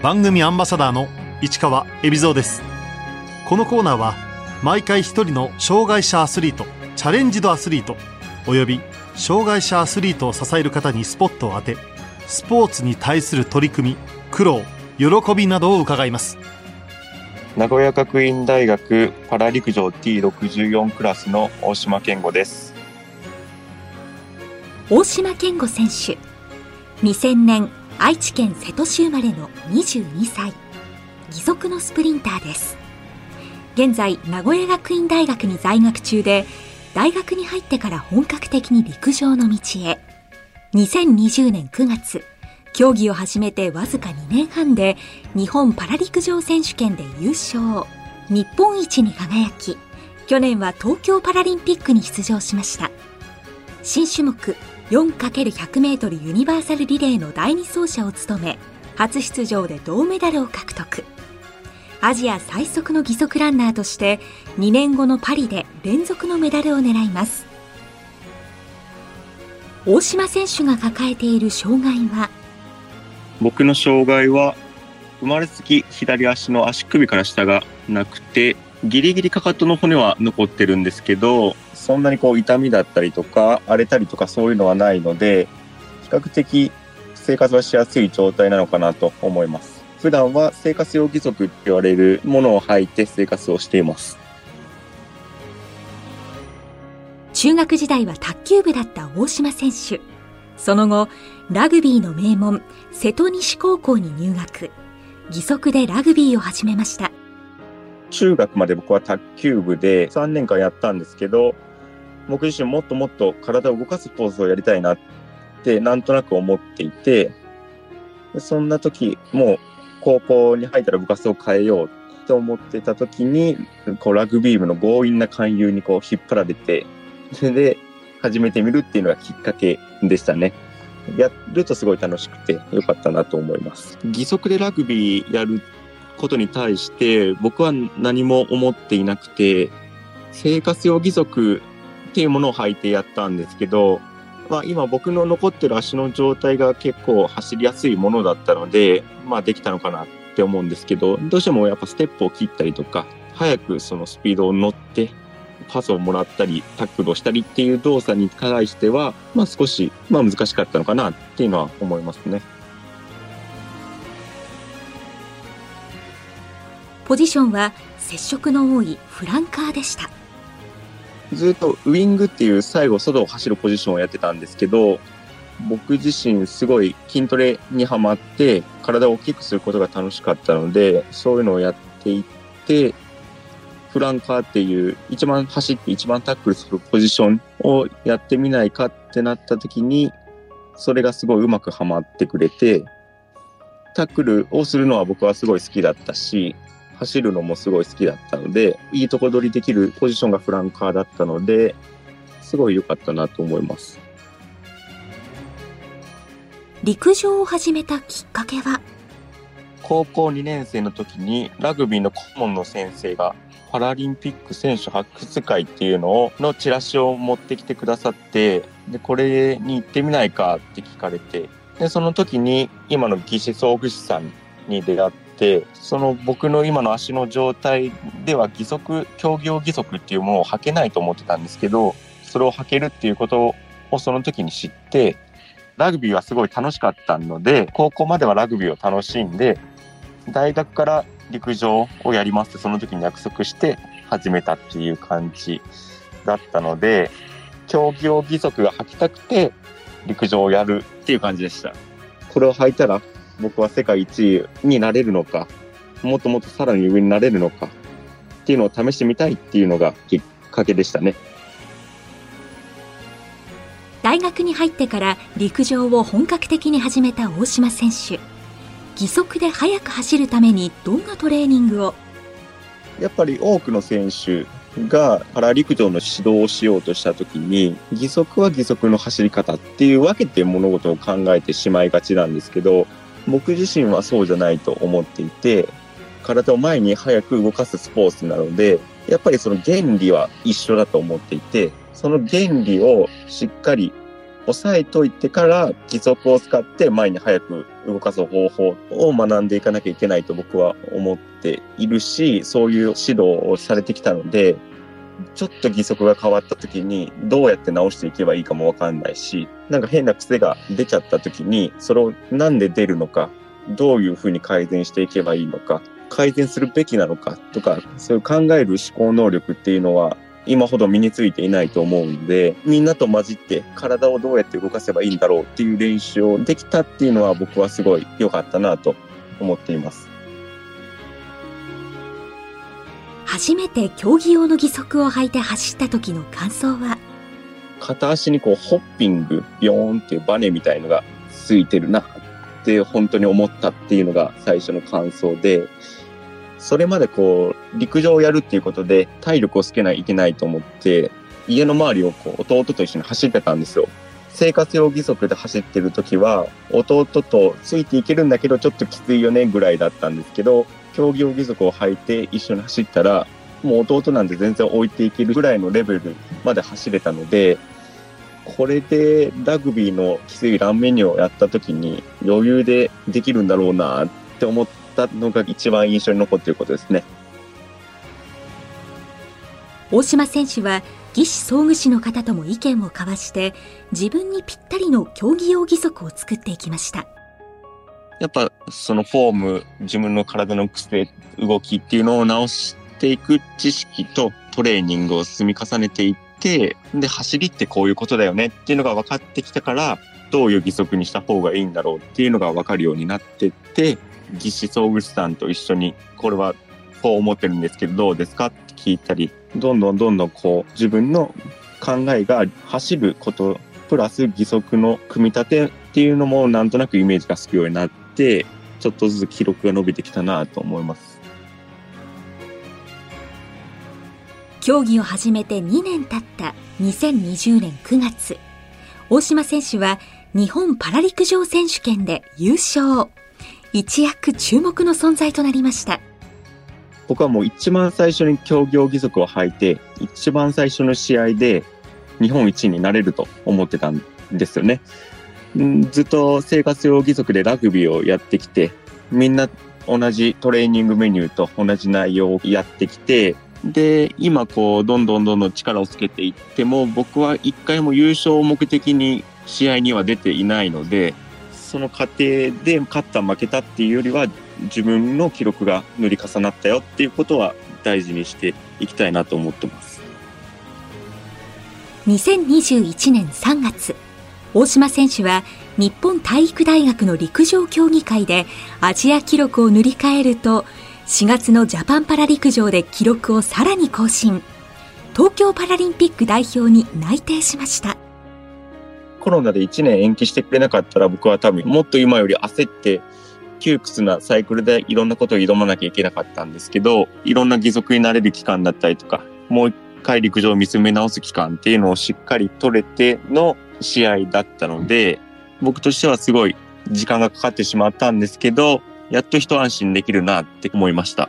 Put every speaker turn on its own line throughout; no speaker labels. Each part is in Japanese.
番組アンバサダーの市川海老蔵です。このコーナーは毎回一人の障害者アスリート、チャレンジドアスリートおよび障害者アスリートを支える方にスポットを当て、スポーツに対する取り組み、苦労、喜びなどを伺います。
名古屋学院大学パラ陸上 T64 クラスの大島健吾です。
大島健吾選手、2000年愛知県瀬戸市生まれの22歳、義足のスプリンターです。現在名古屋学院大学に在学中で、大学に入ってから本格的に陸上の道へ。2020年9月、競技を始めてわずか2年半で日本パラ陸上選手権で優勝、日本一に輝き、去年は東京パラリンピックに出場しました。新種目 4×100 メートルユニバーサルリレーの第2走者を務め、初出場で銅メダルを獲得。アジア最速の義足ランナーとして2年後のパリで連続のメダルを狙います。大島選手が抱えている障害は、
僕の障害は生まれつき左足の足首から下がなくて、ギリギリかかとの骨は残ってるんですけど、そんなに痛みだったりとか荒れたりとかそういうのはないので、比較的生活はしやすい状態なのかなと思います。普段は生活用義足って言われるものを履いて生活をしています。
中学時代は卓球部だった大島選手。その後、ラグビーの名門瀬戸西高校に入学、義足でラグビーを始めました。
中学まで僕は卓球部で3年間やったんですけど、僕自身もっともっと体を動かすスポーツをやりたいなってなんとなく思っていて、そんな時もう高校に入ったら部活を変えようと思ってた時に、ラグビー部の強引な勧誘に引っ張られて、それで始めてみるっていうのがきっかけでしたね。やるとすごい楽しくてよかったなと思います。義足でラグビーやることに対して僕は何も思っていなくて、生活用義足っていうものを履いてやったんですけど、今僕の残ってる足の状態が結構走りやすいものだったので、できたのかなって思うんですけど、どうしてもやっぱステップを切ったりとか、早くそのスピードを乗ってパスをもらったりタックルをしたりっていう動作に対しては、少し難しかったのかなっていうのは思いますね。
ポジションは接触の多いフランカーでした。
ずっとウイングっていう最後外を走るポジションをやってたんですけど、僕自身すごい筋トレにハマって体を大きくすることが楽しかったので、そういうのをやっていって、フランカーっていう一番走って一番タックルするポジションをやってみないかってなった時に、それがすごいうまくはまってくれて、タックルをするのは僕はすごい好きだったし、走るのもすごい好きだったので、いいとこ取りできるポジションがフランカーだったので、すごい良かったなと思います。
陸上を始めたきっかけは、
高校2年生の時にラグビーの顧問の先生がパラリンピック選手発掘会っていうのチラシを持ってきてくださって、でこれに行ってみないかって聞かれて、でその時に今の義肢装具士さんに出会って、その僕の今の足の状態では競技用義足っていうものを履けないと思ってたんですけど、それを履けるっていうことをその時に知って、ラグビーはすごい楽しかったので、高校まではラグビーを楽しんで、大学から陸上をやりますってその時に約束して始めたっていう感じだったので、競技用義足が履きたくて陸上をやるっていう感じでした。これを履いたら僕は世界一位になれるのか、もっともっとさらに上になれるのかっていうのを試してみたいっていうのがきっかけでしたね。
大学に入ってから陸上を本格的に始めた大島選手。義足で速く走るためにどんなトレーニングを？
やっぱり多くの選手がパラ陸上の指導をしようとしたときに、義足は義足の走り方っていう分けて物事を考えてしまいがちなんですけど、僕自身はそうじゃないと思っていて、体を前に速く動かすスポーツなので、やっぱりその原理は一緒だと思っていて、その原理をしっかり押さえといてから義足を使って前に速く動かす方法を学んでいかなきゃいけないと僕は思っているし、そういう指導をされてきたので、ちょっと義足が変わった時にどうやって直していけばいいかもわかんないし、なんか変な癖が出ちゃった時にそれをなんで出るのか、どういうふうに改善していけばいいのか、改善するべきなのかとか、そういう考える思考能力っていうのは今ほど身についていないと思うので、みんなと混じって体をどうやって動かせばいいんだろうっていう練習をできたっていうのは僕はすごい良かったなと思っています。
初めて競技用の義足を履いて走った時の感想は？
片足にこうホッピングビヨーンっていうバネみたいのがついてるなって本当に思ったっていうのが最初の感想で、それまでこう陸上をやるっていうことで体力をつけないといけないと思って家の周りをこう弟と一緒に走ってたんですよ。生活用義足で走ってる時は弟とついていけるんだけどちょっときついよねぐらいだったんですけど、競技用義足を履いて一緒に走ったらもう弟なんて全然置いていけるぐらいのレベルまで走れたので、これでラグビーのきついランメニューをやった時に余裕でできるんだろうなって思ったのが一番印象に残っていることですね。
大島選手は義肢装具士の方とも意見を交わして自分にぴったりの競技用義足を作っていきました。
やっぱそのフォーム、自分の体の癖、動きっていうのを直していく知識とトレーニングを積み重ねていって、で走りってこういうことだよねっていうのが分かってきたから、どういう義足にした方がいいんだろうっていうのが分かるようになってって、義肢装具士さんと一緒にこれはこう思ってるんですけどどうですかって聞いたり、どんどんこう自分の考えが走ることプラス義足の組み立てっていうのもなんとなくイメージがつくようになって、ちょっとずつ記録が伸びてきたなと思います。
競技を始めて2年経った2020年9月、大島選手は日本パラ陸上選手権で優勝。一躍注目の存在となりました。
僕はもう一番最初に競技用義足を履いて、一番最初の試合で日本一になれると思ってたんですよね。ずっと生活用義足でラグビーをやってきて、みんな同じトレーニングメニューと同じ内容をやってきて、で今こうどんどん力をつけていっても、僕は一回も優勝を目的に試合には出ていないので、その過程で勝った負けたっていうよりは自分の記録が塗り重なったよっていうことは大事にしていきたいなと思ってます。
2021年3月、大島選手は日本体育大学の陸上競技会でアジア記録を塗り替えると、4月のジャパンパラ陸上で記録をさらに更新。東京パラリンピック代表に内定しました。
コロナで1年延期してくれなかったら、僕は多分もっと今より焦って窮屈なサイクルでいろんなことを挑まなきゃいけなかったんですけど、いろんな義足になれる期間だったりとか、もう一回陸上を見つめ直す期間っていうのをしっかり取れての試合だったので、僕としてはすごい時間がかかってしまったんですけど、やっと一安心できるなって思いました。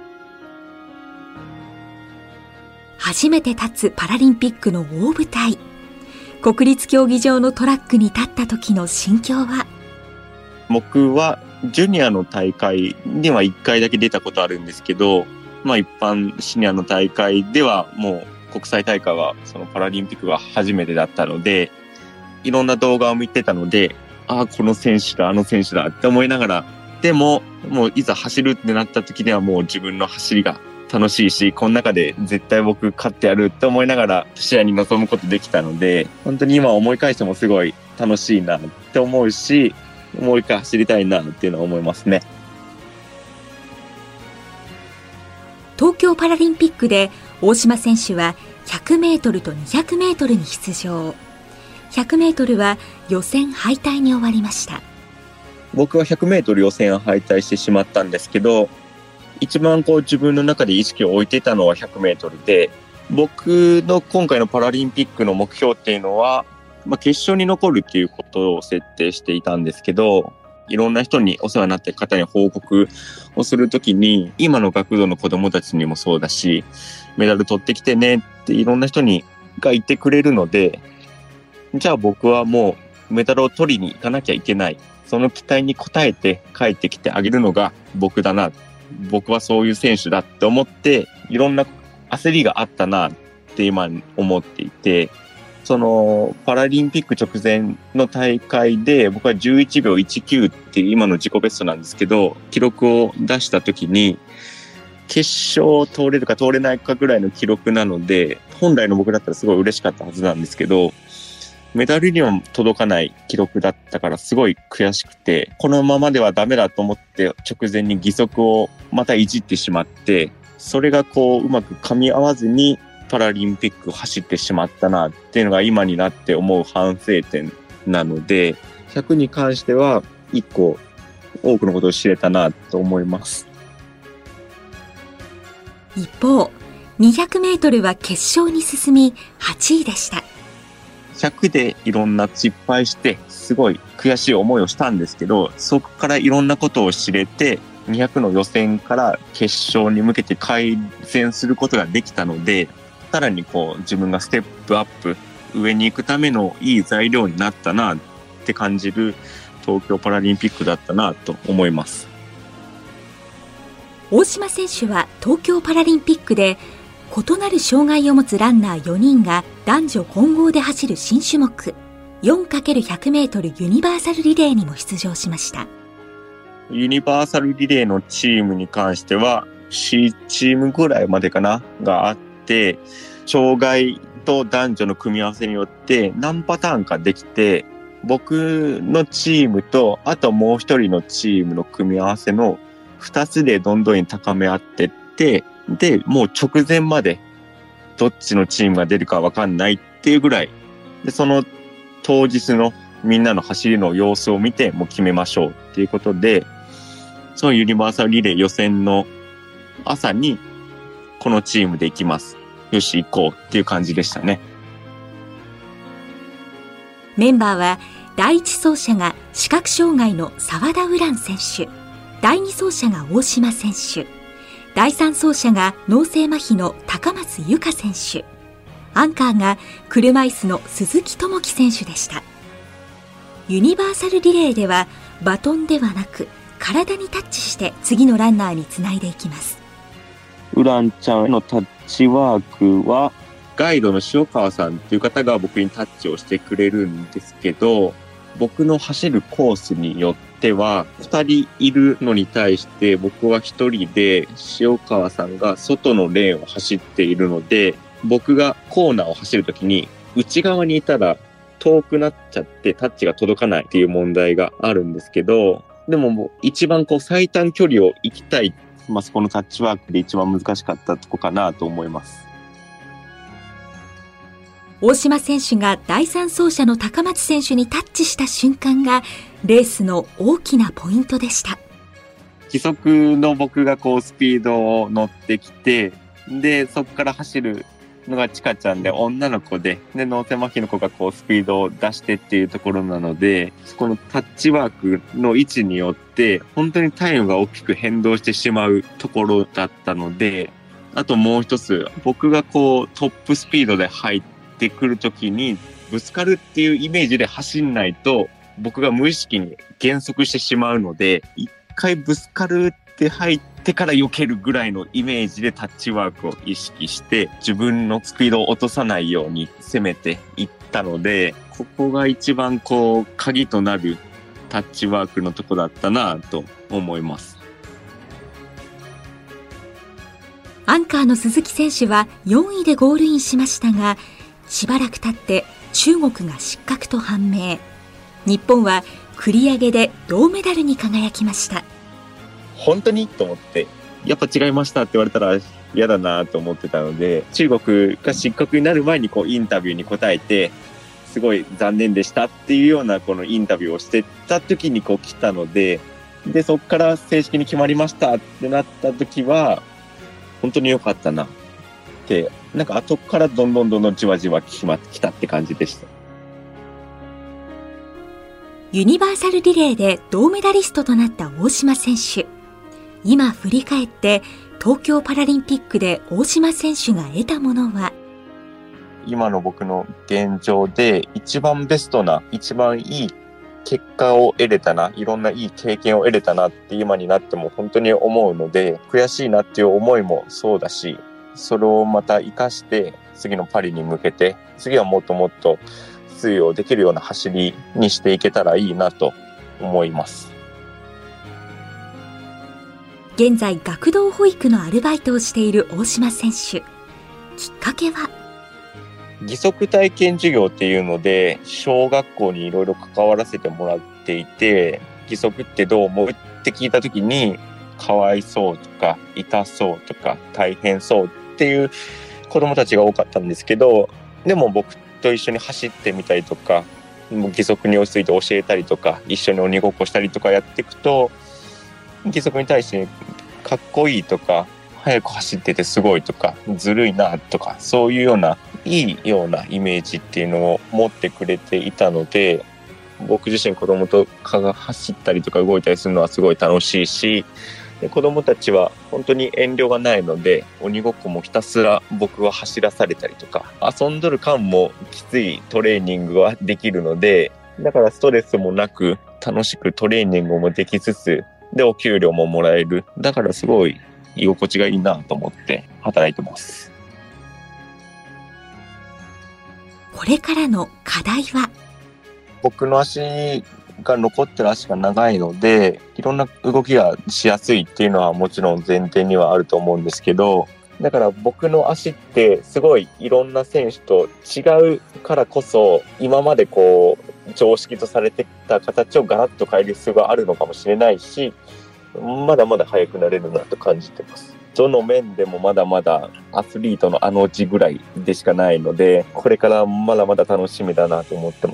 初めて立つパラリンピックの大舞台、国立競技場のトラックに立った時の心境は？
僕はジュニアの大会には1回だけ出たことあるんですけど、一般シニアの大会ではもう国際大会はそのパラリンピックが初めてだったので、いろんな動画を見てたので、この選手だあの選手だって思いながら、でももういざ走るってなった時にはもう自分の走りが楽しいし、この中で絶対僕勝ってやるって思いながら試合に臨むことできたので、本当に今思い返してもすごい楽しいなって思うし、もう一回走りたいなっていうのは思いますね。
東京パラリンピックで大島選手は100メートルと200メートルに出場。100メートルは予選敗退に終わりました。
僕は100メートル予選敗退してしまったんですけど、一番自分の中で意識を置いていたのは100メートルで、僕の今回のパラリンピックの目標っていうのは、決勝に残るっていうことを設定していたんですけど、いろんな人にお世話になっている方に報告をするときに、今の学童の子どもたちにもそうだし、メダル取ってきてねっていろんな人が言ってくれるので、じゃあ僕はもうメダルを取りに行かなきゃいけない。 その期待に応えて帰ってきてあげるのが僕だな。僕はそういう選手だって思って、いろんな焦りがあったなって今思っていて、そのパラリンピック直前の大会で僕は11秒19っていう今の自己ベストなんですけど、記録を出した時に決勝通れるか通れないかぐらいの記録なので、本来の僕だったらすごい嬉しかったはずなんですけど、メダルには届かない記録だったからすごい悔しくて、このままではダメだと思って直前に義足をまたいじってしまって、それがうまく噛み合わずにパラリンピックを走ってしまったなっていうのが今になって思う反省点なので、100に関しては一個多くのことを知れたなと思います。
一方、200メートルは決勝に進み8位でした。
100でいろんな失敗してすごい悔しい思いをしたんですけど、そこからいろんなことを知れて、200の予選から決勝に向けて改善することができたので、さらに自分がステップアップ上に行くためのいい材料になったなって感じる東京パラリンピックだったなと思います。
大島選手は東京パラリンピックで異なる障害を持つランナー4人が男女混合で走る新種目 4×100 メートルユニバーサルリレーにも出場しました。
ユニバーサルリレーのチームに関しては C チームぐらいまでかながあって、障害と男女の組み合わせによって何パターンかできて、僕のチームとあともう一人のチームの組み合わせの2つでどんどん高め合ってって、でもう直前までどっちのチームが出るか分かんないっていうぐらいで、その当日のみんなの走りの様子を見てもう決めましょうっていうことで、そのユニバーサルリレー予選の朝にこのチームで行きます、よし行こうっていう感じでしたね。
メンバーは第1走者が視覚障害の澤田優蘭選手、第2走者が大島選手、第3走者が脳性麻痺の高松由香選手、アンカーが車椅子の鈴木智樹選手でした。ユニバーサルリレーではバトンではなく体にタッチして次のランナーにつないでいきます。
ウランちゃんのタッチワークはガイドの塩川さんっていう方が僕にタッチをしてくれるんですけど、僕の走るコースによっては2人いるのに対して僕は1人で、塩川さんが外のレーンを走っているので、僕がコーナーを走るときに内側にいたら遠くなっちゃってタッチが届かないっていう問題があるんですけど、でももう一番最短距離を行きたい、そこのタッチワークで一番難しかったとこかなと思います。
大島選手が第3走者の高松選手にタッチした瞬間がレースの大きなポイントでした。
義足の僕がスピードを乗ってきて、でそこから走るのがちかちゃんで女の子で、脳性麻痺の子がスピードを出してっていうところなので、このタッチワークの位置によって本当にタイムが大きく変動してしまうところだったので、あともう一つ、僕がトップスピードで入ってくるときにぶつかるっていうイメージで走んないと僕が無意識に減速してしまうので、一回ぶつかるって入ってから避けるぐらいのイメージでタッチワークを意識して自分のスピードを落とさないように攻めていったので、ここが一番鍵となるタッチワークのとこだったなと思います。
アンカーの鈴木選手は4位でゴールインしましたが、しばらく経って中国が失格と判明。日本は繰り上げで銅メダルに輝きました。
本当にと思って、やっぱ違いましたって言われたら嫌だなと思ってたので、中国が失格になる前にインタビューに答えて、すごい残念でしたっていうようなこのインタビューをしてた時に来たので、でそこから正式に決まりましたってなった時は本当に良かったなって、後からどんどんじわじわ決まってきたって感じでした。
ユニバーサルリレーで銅メダリストとなった大島選手。今振り返って東京パラリンピックで大島選手が得たものは、
今の僕の現状で一番ベストな、一番いい結果を得れたな、いろんないい経験を得れたなって今になっても本当に思うので、悔しいなっていう思いもそうだし、それをまた活かして次のパリに向けて、次はもっともっと通用できるような走りにしていけたらいいなと思います。
現在学童保育のアルバイトをしている大島選手。きっかけは
義足体験授業っていうので小学校にいろいろ関わらせてもらっていて、義足ってどう思うって聞いた時に、かわいそうとか痛そうとか大変そうっていう子供たちが多かったんですけど、でも僕と一緒に走ってみたりとか、義足について教えたりとか、一緒に鬼ごっこしたりとかやっていくと、義足に対してかっこいいとか、速く走っててすごいとか、ずるいなとか、そういうようないいようなイメージっていうのを持ってくれていたので、僕自身子供と走ったりとか動いたりするのはすごい楽しいし、で子供たちは本当に遠慮がないので、鬼ごっこもひたすら僕は走らされたりとか、遊んどる間もきついトレーニングはできるので、だからストレスもなく楽しくトレーニングもできつつ、でお給料ももらえる。だからすごい居心地がいいなと思って働いてます。
これからの課題は？
僕の足が残ってる足が長いので、いろんな動きがしやすいっていうのはもちろん前提にはあると思うんですけど、だから僕の足ってすごいいろんな選手と違うからこそ、今までこう常識とされてきた形をガラッと変える必要があるのかもしれないし、まだまだ速くなれるなと感じてます。どの面でもまだまだアスリートのうちぐらいでしかないので、これからまだまだ楽しみだなと思ってます。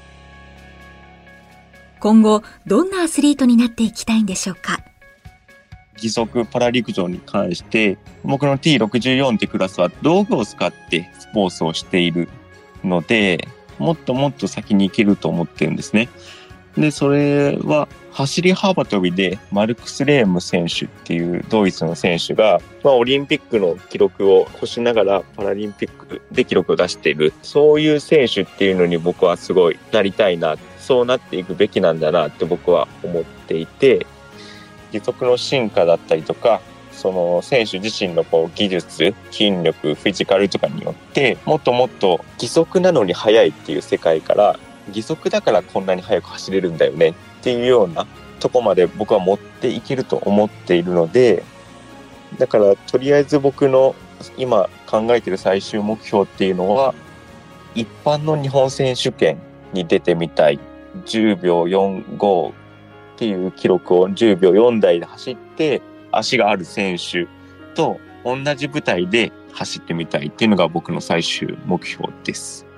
今後どんなアスリートになっていきたいんでしょうか？
義足パラ陸上に関して、僕の T64 ってクラスは道具を使ってスポーツをしているので、もっともっと先に行けると思ってるんですね。で、それは走り幅跳びでマルクス・レーム選手っていうドイツの選手が、オリンピックの記録を越しながらパラリンピックで記録を出している、そういう選手っていうのに僕はすごいなりたいな、そうなっていくべきなんだなって僕は思っていて、義足の進化だったりとか、その選手自身の技術、筋力、フィジカルとかによってもっともっと義足なのに速いっていう世界から、義足だからこんなに速く走れるんだよねっていうようなとこまで僕は持っていけると思っているので、だからとりあえず僕の今考えている最終目標っていうのは、一般の日本選手権に出てみたい。10秒45っていう記録を10秒4台で走って、足がある選手と同じ舞台で走ってみたいっていうのが僕の最終目標です。